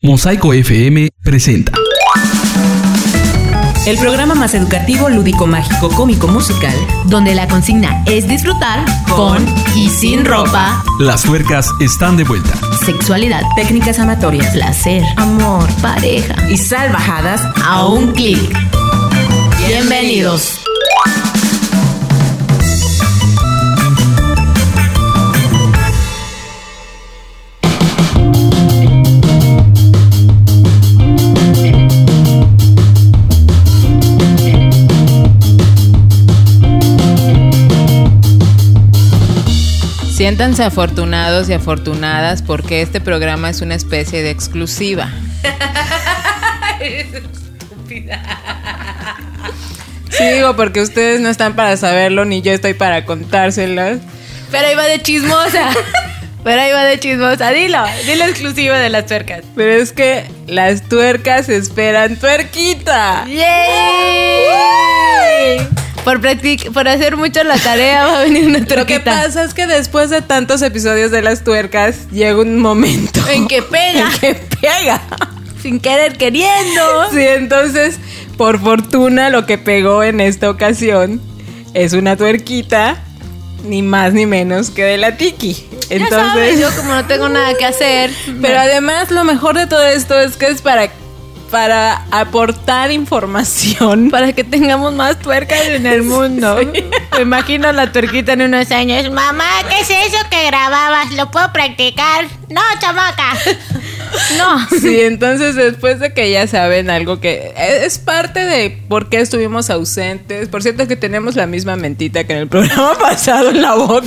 Mosaico FM presenta el programa más educativo, lúdico, mágico, cómico, musical, donde la consigna es disfrutar con y sin ropa. Las tuercas están de vuelta. Sexualidad, técnicas amatorias, placer, amor, pareja y salvajadas a un clic. Bienvenidos. Siéntanse afortunados y afortunadas porque este programa es una especie de exclusiva. Eres estúpida. Sí, digo, porque ustedes no están para saberlo, ni yo estoy para contárselos. Pero iba de chismosa. Dilo exclusiva de las tuercas. Pero es que las tuercas esperan tuerquita. ¡Yay! Por hacer mucho la tarea va a venir una tuerquita. Lo que pasa es que después de tantos episodios de las tuercas llega un momento en que pega. Sin querer queriendo. Sí, entonces, por fortuna, lo que pegó en esta ocasión es una tuerquita, ni más ni menos que de la Tiki. Entonces, ya sabes, yo como no tengo nada que hacer. Pero además, lo mejor de todo esto es que es para aportar información. Para que tengamos más tuercas en el mundo. Sí. Me imagino a la tuerquita en unos años. Mamá, ¿qué es eso que grababas? ¿Lo puedo practicar? No, chamaca. No. Sí, entonces después de que ya saben algo que es parte de por qué estuvimos ausentes. Por cierto que tenemos la misma mentita que en el programa pasado en la boca.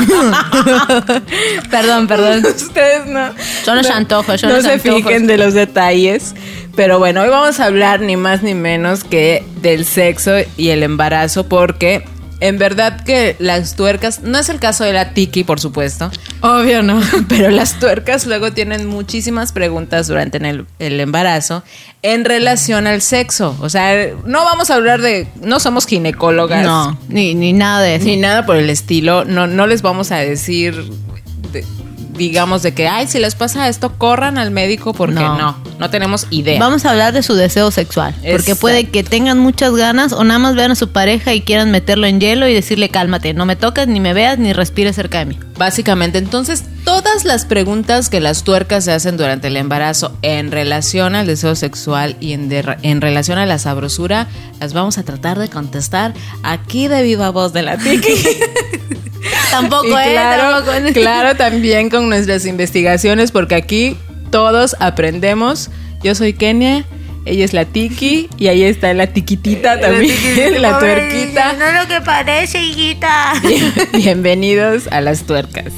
Perdón. Ustedes no. Son los antojos. No se fijen de los detalles. Pero bueno, hoy vamos a hablar ni más ni menos que del sexo y el embarazo, porque en verdad que las tuercas, no es el caso de la Tiki, por supuesto. Obvio no. Pero las tuercas luego tienen muchísimas preguntas durante el embarazo en relación al sexo. O sea, no vamos a hablar no somos ginecólogas. No, ni nada de eso. Ni nada por el estilo. No les vamos a decir... digamos de que, si les pasa esto, corran al médico porque no tenemos idea. Vamos a hablar de su deseo sexual. Exacto. Porque puede que tengan muchas ganas o nada más vean a su pareja y quieran meterlo en hielo y decirle, cálmate, no me toques, ni me veas, ni respires cerca de mí. Básicamente, entonces, todas las preguntas que las tuercas se hacen durante el embarazo en relación al deseo sexual y en relación a la sabrosura, las vamos a tratar de contestar aquí de viva voz de la Tiki. Tampoco Claro, también con nuestras investigaciones, porque aquí todos aprendemos. Yo soy Kenia, ella es la Tiki, y ahí está la Tiquitita también, la tuerquita. No lo que parece, hijita. Bienvenidos a las tuercas.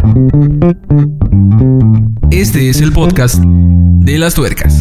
Este es el podcast de las tuercas.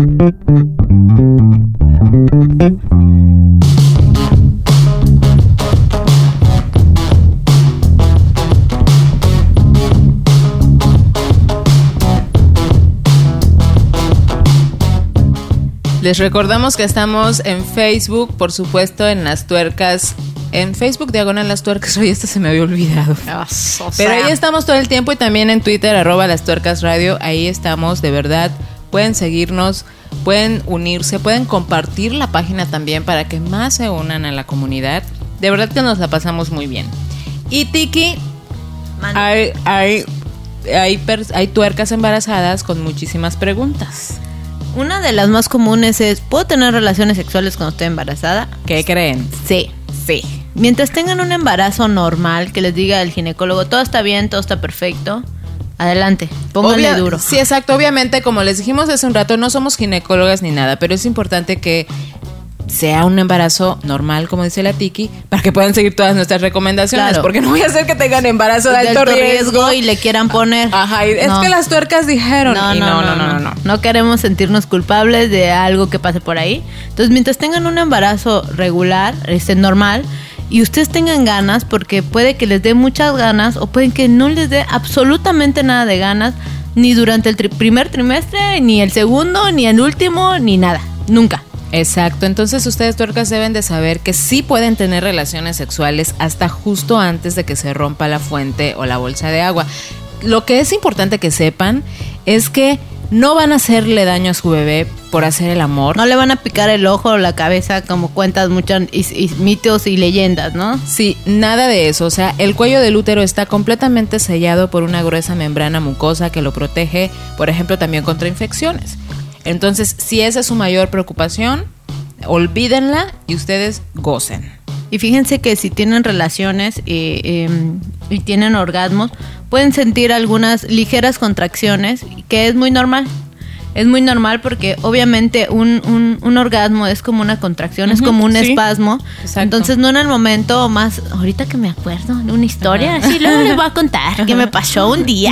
Les recordamos que estamos en Facebook, por supuesto, en Las Tuercas. En Facebook, diagonal Las Tuercas. Hoy esto se me había olvidado. Pero ahí estamos todo el tiempo, y también en Twitter, @LasTuercasRadio. Ahí estamos, de verdad. Pueden seguirnos, pueden unirse, pueden compartir la página también para que más se unan a la comunidad. De verdad que nos la pasamos muy bien. Y Tiki, hay tuercas embarazadas con muchísimas preguntas. Una de las más comunes es, ¿puedo tener relaciones sexuales cuando estoy embarazada? ¿Qué creen? Sí. Mientras tengan un embarazo normal, que les diga el ginecólogo, todo está bien, todo está perfecto, adelante, pónganle duro. Sí, exacto. Obviamente, como les dijimos hace un rato, no somos ginecólogas ni nada, pero es importante que sea un embarazo normal, como dice la Tiki, para que puedan seguir todas nuestras recomendaciones. Claro. Porque no voy a hacer que tengan embarazo de alto riesgo y le quieran poner. Ajá, es que las tuercas dijeron. No. No queremos sentirnos culpables de algo que pase por ahí. Entonces, mientras tengan un embarazo regular, normal, y ustedes tengan ganas, porque puede que les dé muchas ganas o pueden que no les dé absolutamente nada de ganas, ni durante el primer trimestre, ni el segundo, ni el último, ni nada. Nunca. Exacto, entonces ustedes tuercas deben de saber que sí pueden tener relaciones sexuales hasta justo antes de que se rompa la fuente o la bolsa de agua. Lo que es importante que sepan es que no van a hacerle daño a su bebé por hacer el amor. No le van a picar el ojo o la cabeza como cuentas muchos mitos y leyendas, ¿no? Sí, nada de eso. O sea, el cuello del útero está completamente sellado por una gruesa membrana mucosa que lo protege, por ejemplo, también contra infecciones. Entonces, si esa es su mayor preocupación, olvídenla y ustedes gocen. Y fíjense que si tienen relaciones y tienen orgasmos, pueden sentir algunas ligeras contracciones, que es muy normal. Es muy normal porque obviamente un orgasmo es como una contracción, es como un espasmo. Exacto. Entonces no en el momento más, ahorita que me acuerdo de una historia, así luego les voy a contar que me pasó un día.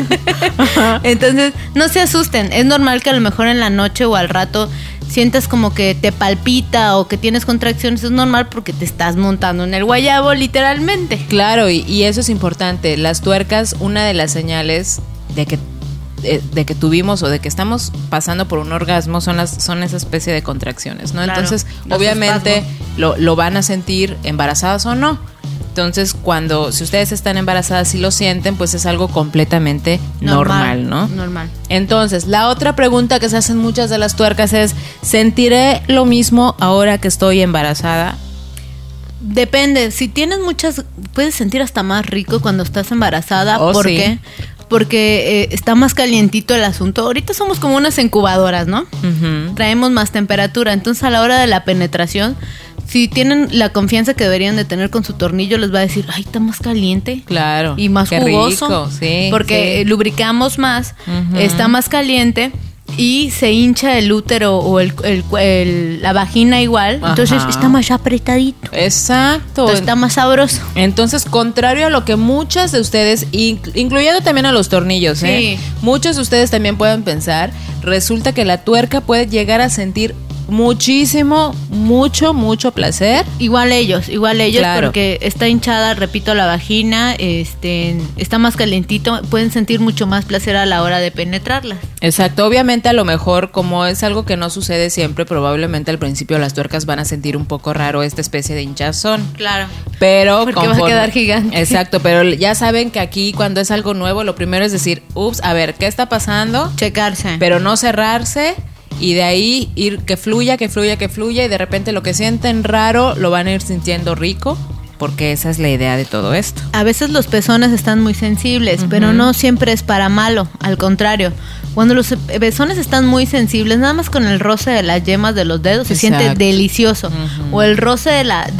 Entonces no se asusten, es normal que a lo mejor en la noche o al rato sientas como que te palpita o que tienes contracciones. Es normal porque te estás montando en el guayabo literalmente. Claro, y eso es importante. Las tuercas, una de las señales de que tuvimos o de que estamos pasando por un orgasmo son esa especie de contracciones, ¿no? Claro, entonces, obviamente lo van a sentir embarazadas o no. Entonces, si ustedes están embarazadas y lo sienten, pues es algo completamente normal, ¿no? Normal. Entonces, la otra pregunta que se hacen muchas de las tuercas es, ¿sentiré lo mismo ahora que estoy embarazada? Depende. Si tienes muchas, puedes sentir hasta más rico cuando estás embarazada. ¿Por qué? Porque está más calientito el asunto. Ahorita somos como unas incubadoras, ¿no? Uh-huh. Traemos más temperatura. Entonces, a la hora de la penetración, si tienen la confianza que deberían de tener con su tornillo, les va a decir, ay, está más caliente. Claro. Y más jugoso. Rico, sí. Porque lubricamos más, está más caliente y se hincha el útero o la vagina igual. Ajá. Entonces está más apretadito. Exacto. Entonces está más sabroso. Entonces, contrario a lo que muchas de ustedes, incluyendo también a los tornillos, sí, muchos de ustedes también pueden pensar, resulta que la tuerca puede llegar a sentir mucho placer. Igual ellos, claro, porque está hinchada, repito, la vagina, está más calientito, pueden sentir mucho más placer a la hora de penetrarlas. Exacto, obviamente a lo mejor, como es algo que no sucede siempre, probablemente al principio las tuercas van a sentir un poco raro esta especie de hinchazón. Claro. Pero porque va a quedar gigante. Exacto, pero ya saben que aquí cuando es algo nuevo, lo primero es decir, ups, a ver, ¿qué está pasando? Checarse. Pero no cerrarse. Y de ahí ir que fluya y de repente lo que sienten raro lo van a ir sintiendo rico, porque esa es la idea de todo esto. A veces los pezones están muy sensibles, pero no siempre es para malo, al contrario. Cuando los pezones están muy sensibles, nada más con el roce de las yemas de los dedos se siente delicioso. O el roce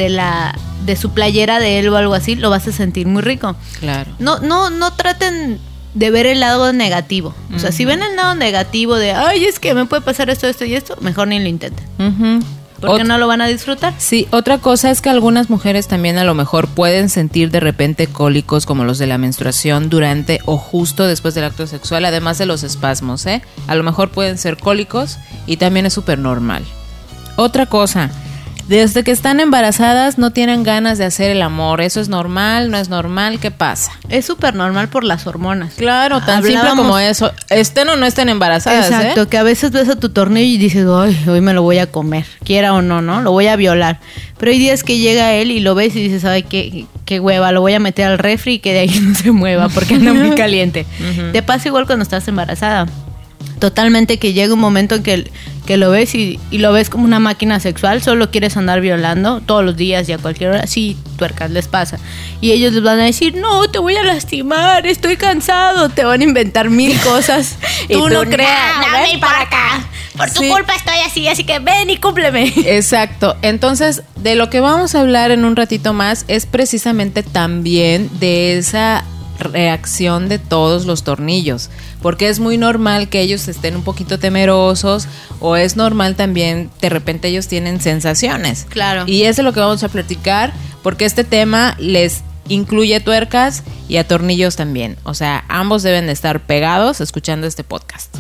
de su playera de él o algo así, lo vas a sentir muy rico. Claro. No traten de ver el lado negativo. O sea, si ven el lado negativo de, ay, es que me puede pasar esto y esto, mejor ni lo intenten. Porque no lo van a disfrutar. Sí, otra cosa es que algunas mujeres también a lo mejor pueden sentir de repente cólicos como los de la menstruación durante o justo después del acto sexual, además de los espasmos, ¿eh? A lo mejor pueden ser cólicos y también es súper normal. Otra cosa, desde que están embarazadas no tienen ganas de hacer el amor. ¿Eso es normal? ¿No es normal? ¿Qué pasa? Es súper normal por las hormonas. Claro, tan simple como eso. Estén o no estén embarazadas. Exacto, que a veces ves a tu tornillo y dices, ay, hoy me lo voy a comer, quiera o no, ¿no? Lo voy a violar. Pero hay días que llega él y lo ves y dices, ay, qué hueva, lo voy a meter al refri y que de ahí no se mueva porque anda muy caliente. Te pasa igual cuando estás embarazada. Totalmente, que llega un momento en que lo ves y lo ves como una máquina sexual, solo quieres andar violando todos los días y a cualquier hora. Sí, tuercas, les pasa. Y ellos les van a decir, no, te voy a lastimar, estoy cansado. Te van a inventar 1000 cosas. Tú no creas. No, ven para acá. Por tu culpa estoy así que ven y cúmpleme. Exacto. Entonces, de lo que vamos a hablar en un ratito más es precisamente también de esa reacción de todos los tornillos, porque es muy normal que ellos estén un poquito temerosos, o es normal también de repente ellos tienen sensaciones. Claro. Y eso es lo que vamos a platicar, porque este tema les incluye tuercas y a tornillos también. O sea, ambos deben de estar pegados escuchando este podcast.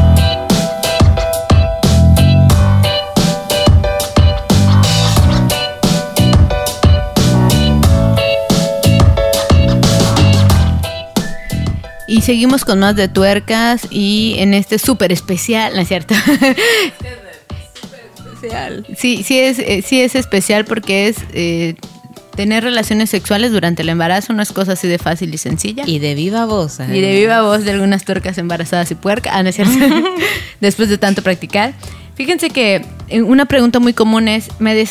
Y seguimos con más de tuercas y en este súper especial, ¿no es cierto? Especial. Sí es especial porque es tener relaciones sexuales durante el embarazo no es cosa así de fácil y sencilla. Y de viva voz. Y de viva voz de algunas tuercas embarazadas y puercas. Ah, no es cierto. Después de tanto practicar. Fíjense que una pregunta muy común es,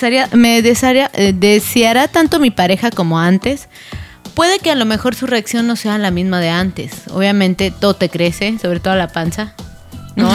¿deseará tanto mi pareja como antes? Puede que a lo mejor su reacción no sea la misma de antes. Obviamente todo te crece, sobre todo la panza, ¿no?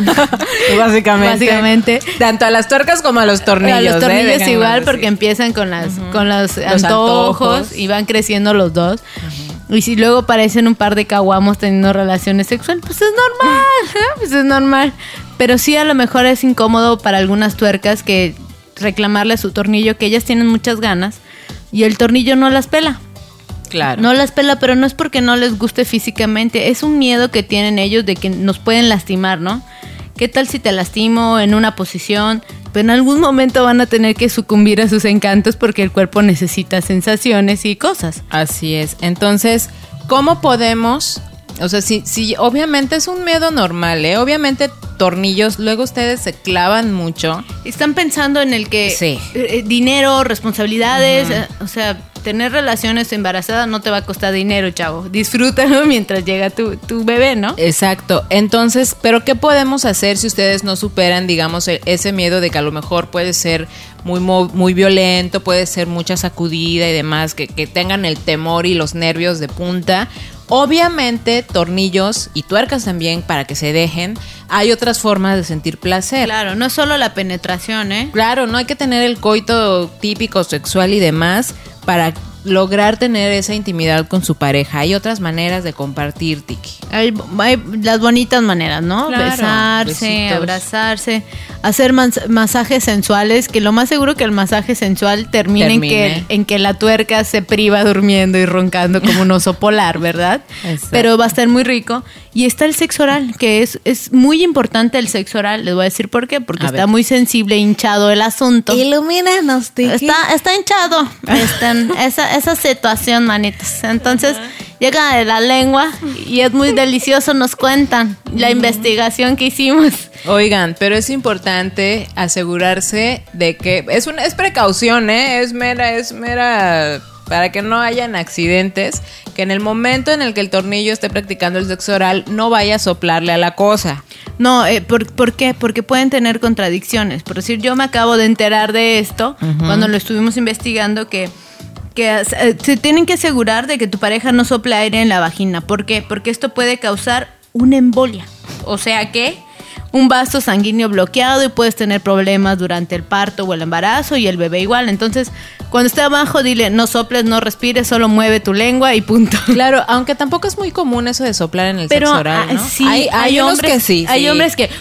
Básicamente. Tanto a las tuercas como a los tornillos. A los tornillos igual, porque empiezan con los antojos y van creciendo los dos. Y si luego parecen un par de caguamos teniendo relaciones sexuales, pues es normal, pues es normal. Pero sí a lo mejor es incómodo para algunas tuercas que reclamarle a su tornillo que ellas tienen muchas ganas y el tornillo no las pela. Claro. No las pela, pero no es porque no les guste físicamente, es un miedo que tienen ellos de que nos pueden lastimar, ¿no? ¿Qué tal si te lastimo en una posición? Pero en algún momento van a tener que sucumbir a sus encantos porque el cuerpo necesita sensaciones y cosas. Así es. Entonces, ¿cómo podemos? O sea, si obviamente es un miedo normal, ¿eh? Obviamente tornillos, luego ustedes se clavan mucho. Están pensando en el que sí. Dinero, responsabilidades, o sea, tener relaciones embarazadas no te va a costar dinero, chavo. Disfrútalo mientras llega tu bebé, ¿no? Exacto. Entonces, ¿pero qué podemos hacer si ustedes no superan, digamos, ese miedo de que a lo mejor puede ser muy violento, puede ser mucha sacudida y demás, que tengan el temor y los nervios de punta? Obviamente, tornillos y tuercas también, para que se dejen, hay otras formas de sentir placer. Claro, no es solo la penetración, ¿eh? Claro, no hay que tener el coito típico sexual y demás para lograr tener esa intimidad con su pareja. Hay otras maneras de compartir, Tiki. Hay las bonitas maneras, ¿no? Claro, besarse, besitos. Abrazarse, hacer masajes sensuales, que lo más seguro que el masaje sensual termine. En que la tuerca se priva durmiendo y roncando como un oso polar, ¿verdad? Exacto. Pero va a estar muy rico. Y está el sexo oral, que es muy importante el sexo oral. Les voy a decir por qué, porque está muy sensible, hinchado el asunto. Ilumínanos, Tiki. Está hinchado esa situación, manitas. Entonces llega de la lengua y es muy delicioso, nos cuentan la investigación que hicimos. Oigan, pero es importante asegurarse de que es precaución, ¿eh? Es mera para que no hayan accidentes, que en el momento en el que el tornillo esté practicando el sexo oral no vaya a soplarle a la cosa. No, ¿por qué? Porque pueden tener contradicciones. Por decir, yo me acabo de enterar de esto cuando lo estuvimos investigando, que se tienen que asegurar de que tu pareja no sople aire en la vagina. ¿Por qué? Porque esto puede causar una embolia. O sea que un vaso sanguíneo bloqueado y puedes tener problemas durante el parto o el embarazo y el bebé igual. Entonces, cuando esté abajo, dile, no soples, no respires, solo mueve tu lengua y punto. Claro, aunque tampoco es muy común eso de soplar en el sexo oral, ¿no? Sí, hay hombres que sí. Hay hombres que...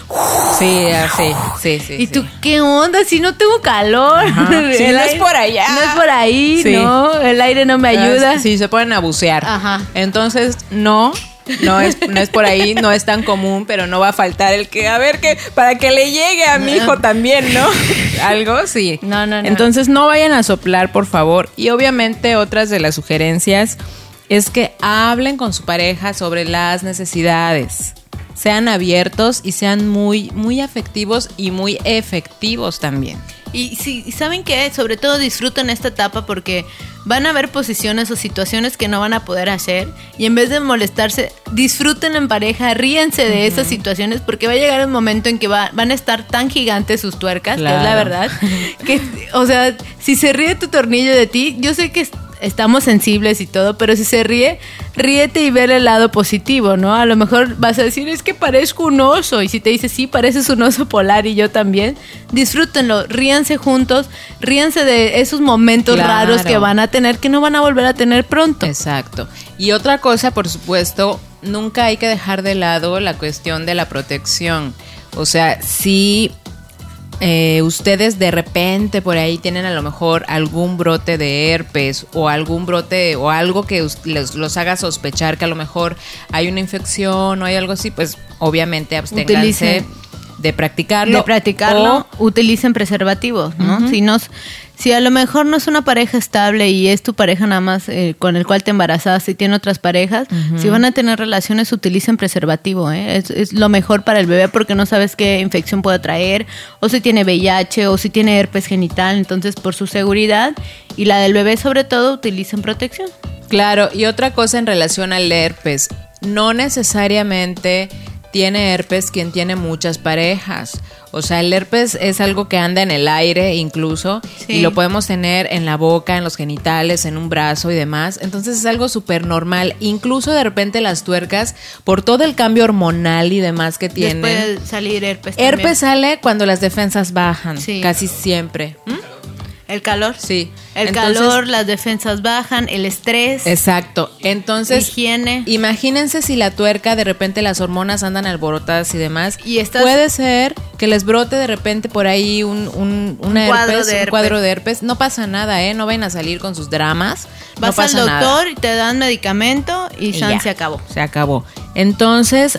Sí. ¿Y tú qué onda? Si no tengo calor. Si no es por allá. No es por ahí, sí. No. El aire no me ayuda. Sí, se ponen a bucear. Ajá. Entonces, no es por ahí, no es tan común, pero no va a faltar el que, a ver, que para que le llegue a mi hijo también, ¿no? Algo, sí. No. Entonces, no vayan a soplar, por favor. Y obviamente, otras de las sugerencias es que hablen con su pareja sobre las necesidades. Sean abiertos y sean muy, muy afectivos y muy efectivos también. Y ¿saben qué? Sobre todo disfruten esta etapa porque van a haber posiciones o situaciones que no van a poder hacer y en vez de molestarse, disfruten en pareja, ríense de esas situaciones porque va a llegar un momento en que van a estar tan gigantes sus tuercas, claro. Que es la verdad, que, o sea, si se ríe tu tornillo de ti, yo sé que estamos sensibles y todo, pero si se ríete y ve el lado positivo, ¿no? A lo mejor vas a decir, es que parezco un oso. Y si te dice, sí, pareces un oso polar y yo también, disfrútenlo, ríanse juntos, ríanse de esos momentos raros que van a tener, que no van a volver a tener pronto. Exacto. Y otra cosa, por supuesto, nunca hay que dejar de lado la cuestión de la protección. O sea, si ustedes de repente por ahí tienen a lo mejor algún brote de herpes o algún brote o algo que los haga sospechar que a lo mejor hay una infección o hay algo así, pues obviamente absténganse practicarlo. Utilicen preservativos, ¿no? Si a lo mejor no es una pareja estable y es tu pareja nada más con el cual te embarazas y tiene otras parejas, si van a tener relaciones, utilicen preservativo, ¿eh? Es lo mejor para el bebé porque no sabes qué infección puede traer, o si tiene VIH, o si tiene herpes genital. Entonces, por su seguridad y la del bebé sobre todo, utilicen protección. Claro, y otra cosa en relación al herpes, no necesariamente tiene herpes quien tiene muchas parejas. O sea, el herpes es algo que anda en el aire incluso, y lo podemos tener en la boca, en los genitales, en un brazo y demás. Entonces es algo súper normal. Incluso de repente las tuercas, por todo el cambio hormonal y demás que tienen. Puede salir herpes también. Herpes sale cuando las defensas bajan, casi siempre. El calor. Sí. El calor, las defensas bajan, el estrés. Exacto. Entonces, higiene. Imagínense si la tuerca, de repente las hormonas andan alborotadas y demás. Puede ser que les brote de repente por ahí un cuadro de herpes. No pasa nada, ¿eh? No vayan a salir con sus dramas. Vas al doctor y te dan medicamento y se acabó. Se acabó. Entonces,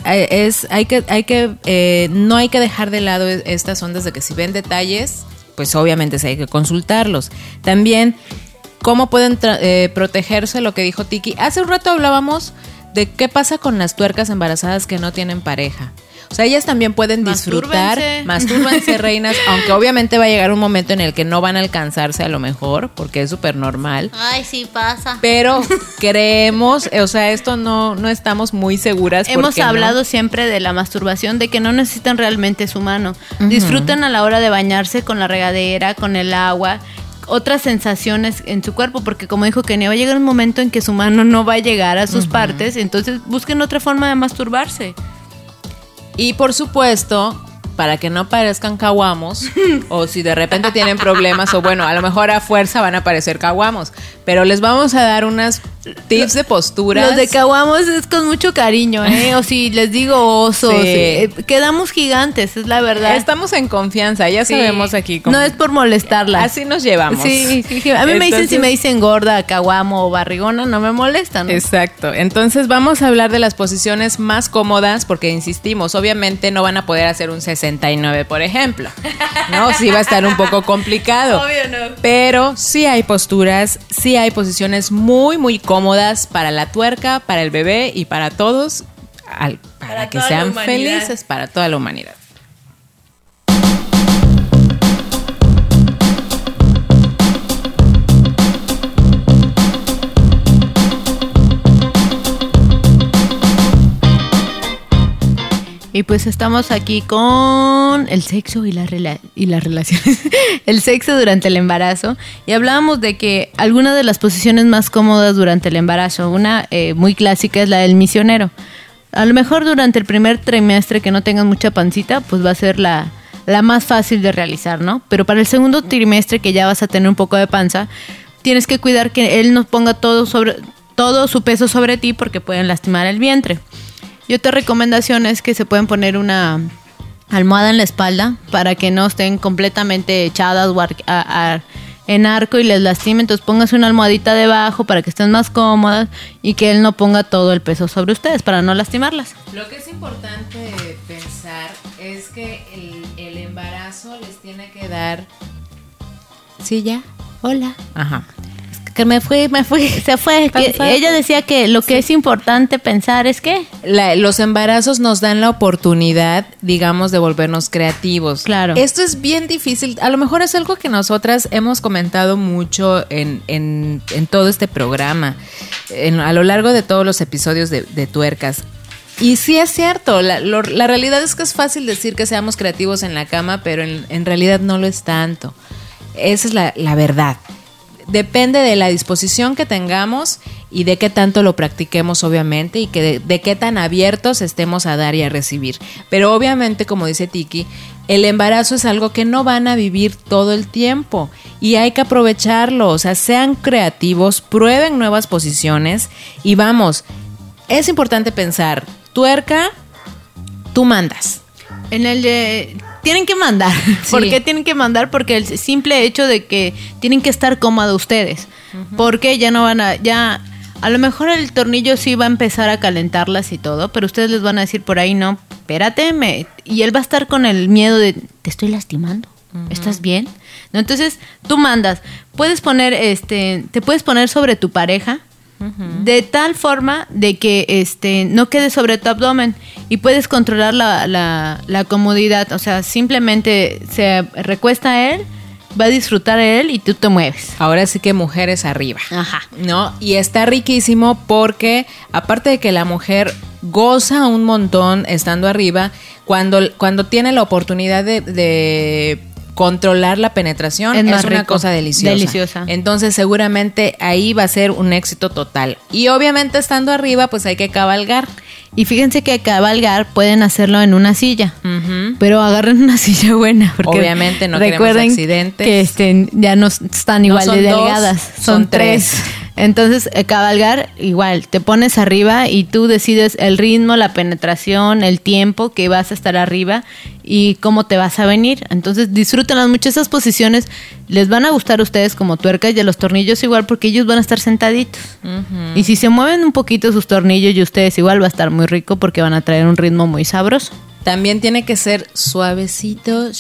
no hay que dejar de lado estas ondas de que si ven detalles, pues obviamente hay que consultarlos. También, ¿cómo pueden protegerse? Lo que dijo Tiki. Hace un rato hablábamos de qué pasa con las tuercas embarazadas que no tienen pareja. O sea, ellas también pueden disfrutar. Mastúrbense, reinas, aunque obviamente va a llegar un momento en el que no van a alcanzarse a lo mejor, porque es súper normal. Ay, sí pasa. Pero creemos, o sea, esto no estamos muy seguras. Hemos hablado siempre de la masturbación, de que no necesitan realmente su mano. Disfruten a la hora de bañarse con la regadera, con el agua, otras sensaciones en su cuerpo, porque como dijo Kenia, va a llegar un momento en que su mano no va a llegar a sus partes, entonces busquen otra forma de masturbarse. Y por supuesto, para que no parezcan caguamos, o si de repente tienen problemas, o bueno, a lo mejor a fuerza van a parecer caguamos, pero les vamos a dar unas tips de posturas. Los de caguamos es con mucho cariño, ¿eh? O si les digo osos, quedamos gigantes, es la verdad. Estamos en confianza, ya sabemos aquí cómo. No es por molestarlas. Así nos llevamos. Sí. A mí me dicen, si me dicen gorda, caguamo o barrigona, no me molestan, ¿no? Exacto. Entonces vamos a hablar de las posiciones más cómodas, porque insistimos, obviamente no van a poder hacer un 69, por ejemplo. No, sí va a estar un poco complicado. Obvio no. Pero sí hay posturas, sí hay posiciones muy, muy cómodas para la tuerca, para el bebé y para todos, para que sean felices, para toda la humanidad. Y pues estamos aquí con el sexo y las relaciones. El sexo durante el embarazo. Y hablábamos de que algunas de las posiciones más cómodas durante el embarazo, una muy clásica es la del misionero. A lo mejor durante el primer trimestre que no tengas mucha pancita, pues va a ser la más fácil de realizar, ¿no? Pero para el segundo trimestre, que ya vas a tener un poco de panza, tienes que cuidar que él no ponga todo su peso sobre ti, porque pueden lastimar el vientre. Y otra recomendación es que se pueden poner una almohada en la espalda para que no estén completamente echadas o en arco y les lastimen. Entonces pónganse una almohadita debajo para que estén más cómodas y que él no ponga todo el peso sobre ustedes para no lastimarlas. Lo que es importante pensar es que el embarazo les tiene que dar... ¿Sí ya? Hola. Ajá. Que se fue. Que ella decía que lo que es importante pensar es que los embarazos nos dan la oportunidad, digamos, de volvernos creativos. Claro. Esto es bien difícil. A lo mejor es algo que nosotras hemos comentado mucho en todo este programa, a lo largo de todos los episodios de Tuercas. Y sí es cierto, la realidad es que es fácil decir que seamos creativos en la cama, pero en realidad no lo es tanto. Esa es la verdad. Depende de la disposición que tengamos y de qué tanto lo practiquemos, obviamente, y que de qué tan abiertos estemos a dar y a recibir. Pero obviamente, como dice Tiki, el embarazo es algo que no van a vivir todo el tiempo y hay que aprovecharlo. O sea, sean creativos, prueben nuevas posiciones y vamos, es importante pensar, tuerca, tú mandas. Tienen que mandar. Sí. ¿Por qué tienen que mandar? Porque el simple hecho de que tienen que estar cómodos ustedes. Porque ya no van a lo mejor el tornillo sí va a empezar a calentarlas y todo, pero ustedes les van a decir por ahí no, espérate, y él va a estar con el miedo de, te estoy lastimando, ¿estás bien? ¿No? Entonces, tú mandas, puedes poner, te puedes poner sobre tu pareja, de tal forma de que no quede sobre tu abdomen y puedes controlar la comodidad, o sea, simplemente se recuesta a él, va a disfrutar él y tú te mueves. Ahora sí que mujeres arriba. Ajá. ¿No? Y está riquísimo porque aparte de que la mujer goza un montón estando arriba, cuando tiene la oportunidad de controlar la penetración, es una cosa deliciosa. Entonces seguramente ahí va a ser un éxito total. Y obviamente estando arriba pues hay que cabalgar. Y fíjense que cabalgar pueden hacerlo en una silla, pero agarren una silla buena. Porque obviamente no queremos accidentes. Que ya no están igual de delgadas, son 3. Entonces, cabalgar, igual, te pones arriba y tú decides el ritmo, la penetración, el tiempo que vas a estar arriba y cómo te vas a venir. Entonces, disfrútenlas mucho. Esas posiciones les van a gustar a ustedes como tuercas y a los tornillos igual porque ellos van a estar sentaditos. Y si se mueven un poquito sus tornillos y ustedes igual va a estar muy rico porque van a traer un ritmo muy sabroso. También tiene que ser suavecito.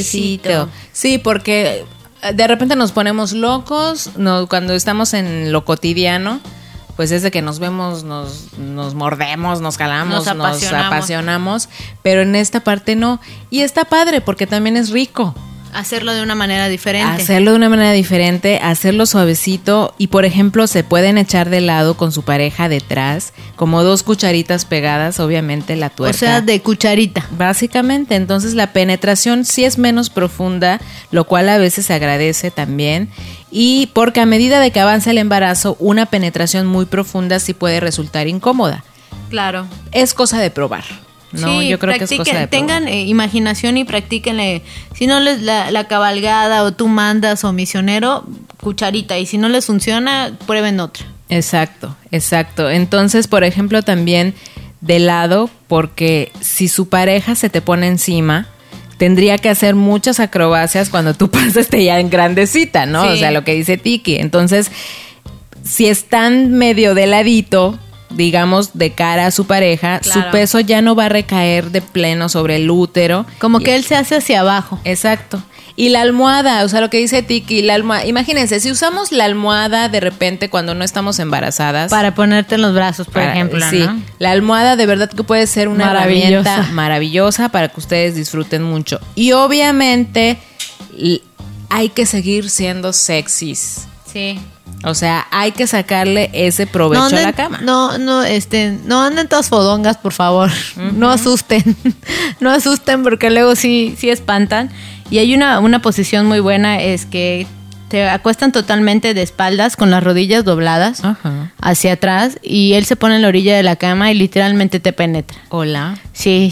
Sí, porque de repente nos ponemos locos, cuando estamos en lo cotidiano, pues es de que nos vemos, nos mordemos, nos calamos, nos apasionamos, pero en esta parte no. Y está padre porque también es rico. Hacerlo de una manera diferente. Hacerlo suavecito y, por ejemplo, se pueden echar de lado con su pareja detrás, como 2 cucharitas pegadas, obviamente la tuerca. O sea, de cucharita. Básicamente, entonces la penetración sí es menos profunda, lo cual a veces se agradece también. Y porque a medida de que avanza el embarazo, una penetración muy profunda sí puede resultar incómoda. Claro. Es cosa de probar. No, sí, yo creo que es cosa de tengan imaginación y practíquenle. Si no les la cabalgada o tú mandas o misionero, cucharita. Y si no les funciona, prueben otra. Exacto. Entonces, por ejemplo, también de lado, porque si su pareja se te pone encima, tendría que hacer muchas acrobacias cuando tú pasaste ya en grandecita, ¿no? Sí. O sea, lo que dice Tiki. Entonces, si están medio de ladito, digamos, de cara a su pareja, claro, su peso ya no va a recaer de pleno sobre el útero. Como que él se hace hacia abajo. Exacto. Y la almohada, o sea, lo que dice Tiki, la almohada, imagínense, si usamos la almohada de repente cuando no estamos embarazadas. Para ponerte en los brazos, por ejemplo, sí, ¿no? La almohada de verdad que puede ser una herramienta maravillosa para que ustedes disfruten mucho. Y obviamente hay que seguir siendo sexys. Sí. O sea, hay que sacarle ese provecho a la cama. No anden todas fodongas, por favor. No asusten. No asusten porque luego sí espantan. Y hay una posición muy buena, es que te acuestan totalmente de espaldas con las rodillas dobladas hacia atrás y él se pone en la orilla de la cama y literalmente te penetra. Hola. Sí.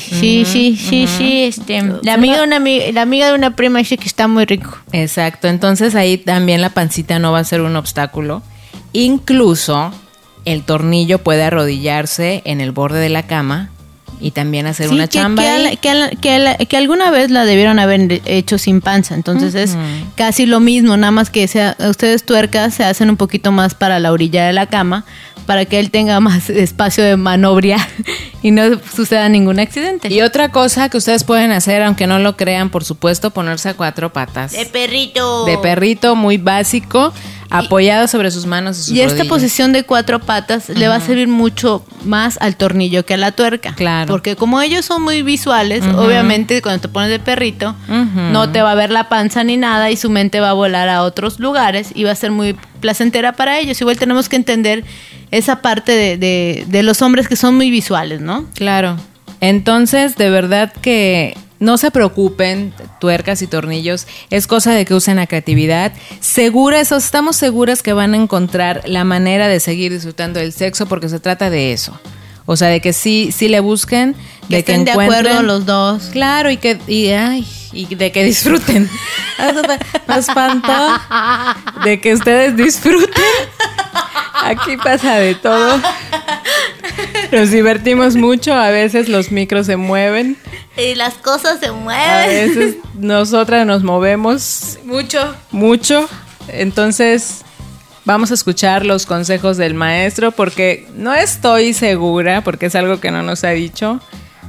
La amiga de una prima dice que está muy rico. Exacto. Entonces ahí también la pancita no va a ser un obstáculo. Incluso el tornillo puede arrodillarse en el borde de la cama y también hacer una chamba. Que alguna vez la debieron haber hecho sin panza. Entonces es casi lo mismo, nada más que ustedes tuercas se hacen un poquito más para la orilla de la cama para que él tenga más espacio de maniobrar y no suceda ningún accidente. Y otra cosa que ustedes pueden hacer, aunque no lo crean, por supuesto, ponerse a 4 patas. De perrito. De perrito, muy básico, apoyado sobre sus manos y sus rodillas. Esta posición de 4 patas le va a servir mucho más al tornillo que a la tuerca. Claro. Porque como ellos son muy visuales, obviamente cuando te pones de perrito, no te va a ver la panza ni nada y su mente va a volar a otros lugares y va a ser muy placentera para ellos. Igual tenemos que entender esa parte de los hombres que son muy visuales, ¿no? Claro. Entonces, de verdad que no se preocupen, tuercas y tornillos, es cosa de que usen la creatividad. Estamos seguras que van a encontrar la manera de seguir disfrutando del sexo porque se trata de eso. O sea, de que sí le busquen, que de que estén encuentren, de acuerdo los dos. Claro, y de que disfruten. Me espantó de que ustedes disfruten. Aquí pasa de todo. Nos divertimos mucho, a veces los micros se mueven. Y las cosas se mueven. A veces nosotras nos movemos mucho. Entonces, vamos a escuchar los consejos del maestro porque no estoy segura, porque es algo que no nos ha dicho,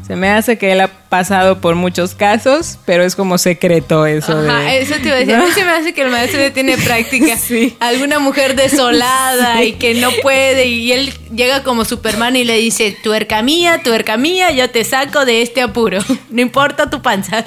Se me hace que él ha pasado por muchos casos, pero es como secreto eso. Ajá, eso te iba a decir. A mí se me hace que el maestro ya tiene práctica. Sí. Alguna mujer desolada y que no puede, y él llega como Superman y le dice: tuerca mía, yo te saco de este apuro. No importa tu panza.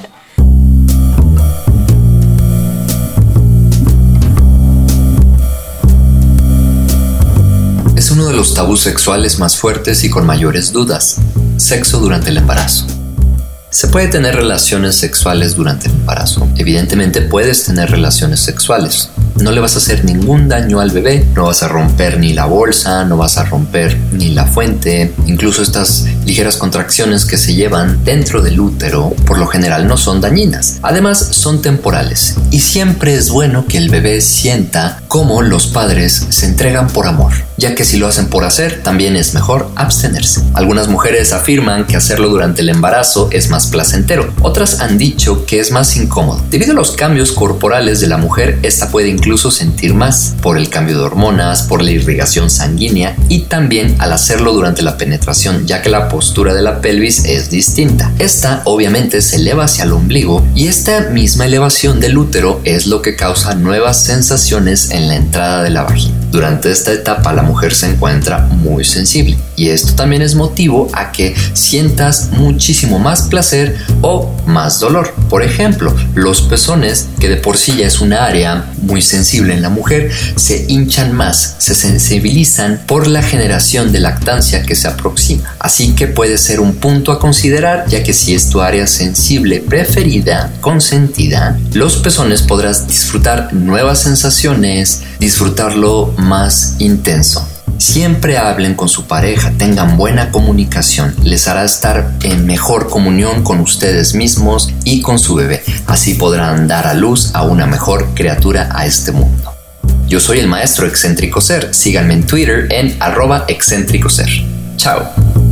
Es uno de los tabús sexuales más fuertes y con mayores dudas: sexo durante el embarazo. ¿Se puede tener relaciones sexuales durante el embarazo? Evidentemente puedes tener relaciones sexuales. No le vas a hacer ningún daño al bebé, no vas a romper ni la bolsa, no vas a romper ni la fuente. Incluso estas ligeras contracciones que se llevan dentro del útero por lo general no son dañinas. Además son temporales y siempre es bueno que el bebé sienta cómo los padres se entregan por amor, ya que si lo hacen por hacer, también es mejor abstenerse. Algunas mujeres afirman que hacerlo durante el embarazo es más placentero. Otras han dicho que es más incómodo. Debido a los cambios corporales de la mujer, esta puede incluso sentir más por el cambio de hormonas, por la irrigación sanguínea y también al hacerlo durante la penetración, ya que la postura de la pelvis es distinta. Esta obviamente se eleva hacia el ombligo y esta misma elevación del útero es lo que causa nuevas sensaciones en la entrada de la vagina. Durante esta etapa la mujer se encuentra muy sensible y esto también es motivo a que sientas muchísimo más placer o más dolor. Por ejemplo, los pezones, que de por sí ya es una área muy sensible en la mujer, se hinchan más, se sensibilizan por la generación de lactancia que se aproxima. Así que puede ser un punto a considerar, ya que si es tu área sensible preferida, consentida, los pezones podrás disfrutar nuevas sensaciones, disfrutarlo más intenso. Siempre hablen con su pareja, tengan buena comunicación, les hará estar en mejor comunión con ustedes mismos y con su bebé. Así podrán dar a luz a una mejor criatura a este mundo. Yo soy el maestro Excéntrico Ser. Síganme en Twitter en @excéntricoser. Chao.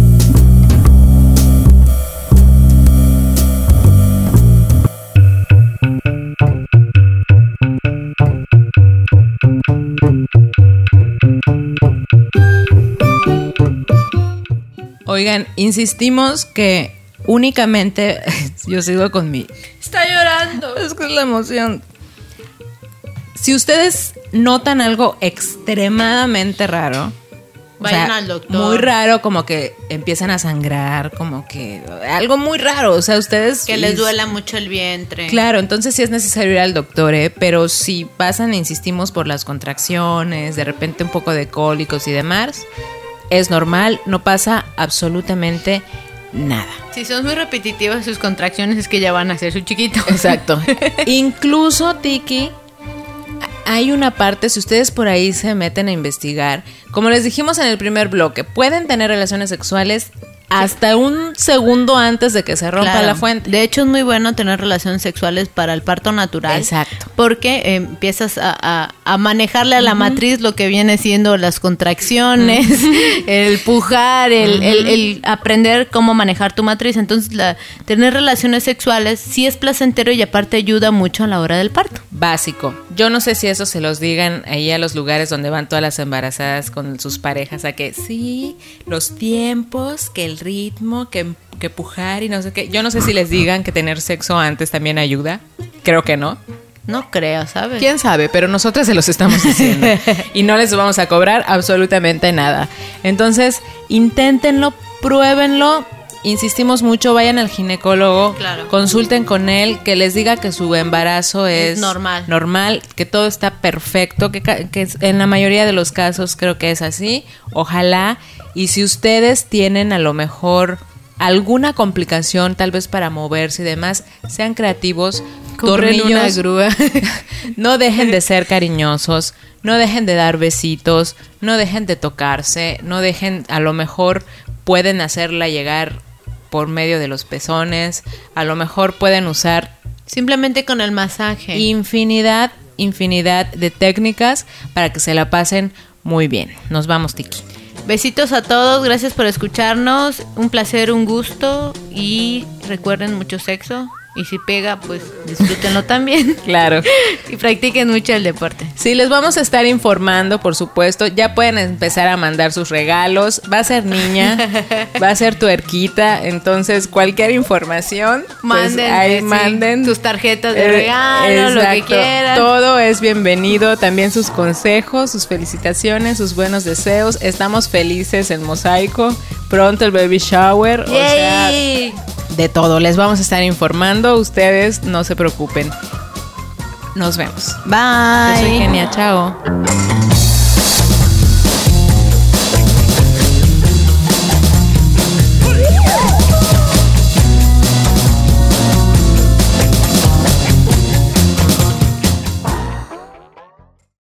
Oigan, insistimos que únicamente yo sigo con mi... Está llorando. Es que es la emoción. Si ustedes notan algo extremadamente raro, vayan al doctor. Muy raro, como que empiezan a sangrar, como que algo muy raro, o sea, ustedes... Que les duela mucho el vientre. Claro, entonces sí es necesario ir al doctor, pero si pasan, insistimos, por las contracciones, de repente un poco de cólicos y demás, es normal, no pasa absolutamente nada. Si son muy repetitivas sus contracciones, es que ya van a ser su chiquito. Exacto. Incluso, Tiki, hay una parte, si ustedes por ahí se meten a investigar, como les dijimos en el primer bloque, pueden tener relaciones sexuales hasta un segundo antes de que se rompa la fuente. De hecho, es muy bueno tener relaciones sexuales para el parto natural. Exacto. Porque empiezas a manejarle a la matriz lo que viene siendo las contracciones, el pujar, el aprender cómo manejar tu matriz. Entonces, tener relaciones sexuales sí es placentero y aparte ayuda mucho a la hora del parto. Básico. Yo no sé si eso se los digan ahí a los lugares donde van todas las embarazadas con sus parejas, a que sí, los tiempos, que el ritmo, que pujar y no sé qué. Yo no sé si les digan que tener sexo antes también ayuda. Creo que no. No creo, ¿sabes? ¿Quién sabe? Pero nosotras se los estamos diciendo. Y no les vamos a cobrar absolutamente nada. Entonces, inténtenlo, pruébenlo. Insistimos mucho, vayan al ginecólogo, claro, consulten con él, que les diga que su embarazo es normal, que todo está perfecto, que en la mayoría de los casos creo que es así. Ojalá. Y si ustedes tienen a lo mejor alguna complicación, tal vez para moverse y demás, sean creativos. Compren una grúa. No dejen de ser cariñosos, no dejen de dar besitos, no dejen de tocarse, no dejen, a lo mejor pueden hacerla llegar por medio de los pezones, a lo mejor pueden usar simplemente con el masaje infinidad de técnicas para que se la pasen muy bien. Nos vamos, Tiki. Besitos a todos, gracias por escucharnos, un placer, un gusto y recuerden mucho sexo Y si pega, pues disfrútenlo también. Claro. Y practiquen mucho el deporte. Sí, les vamos a estar informando, por supuesto. Ya pueden empezar a mandar sus regalos. Va a ser niña, va a ser tuerquita. Entonces, cualquier información, manden, pues ahí manden tus tarjetas de regalo, lo que quieran. Todo es bienvenido. También sus consejos, sus felicitaciones, sus buenos deseos. Estamos felices en Mosaico. Pronto el baby shower. ¡Yay! O sea, de todo. Les vamos a estar informando. Ustedes no se preocupen. Nos vemos. Bye. Yo soy Kenia. Chao.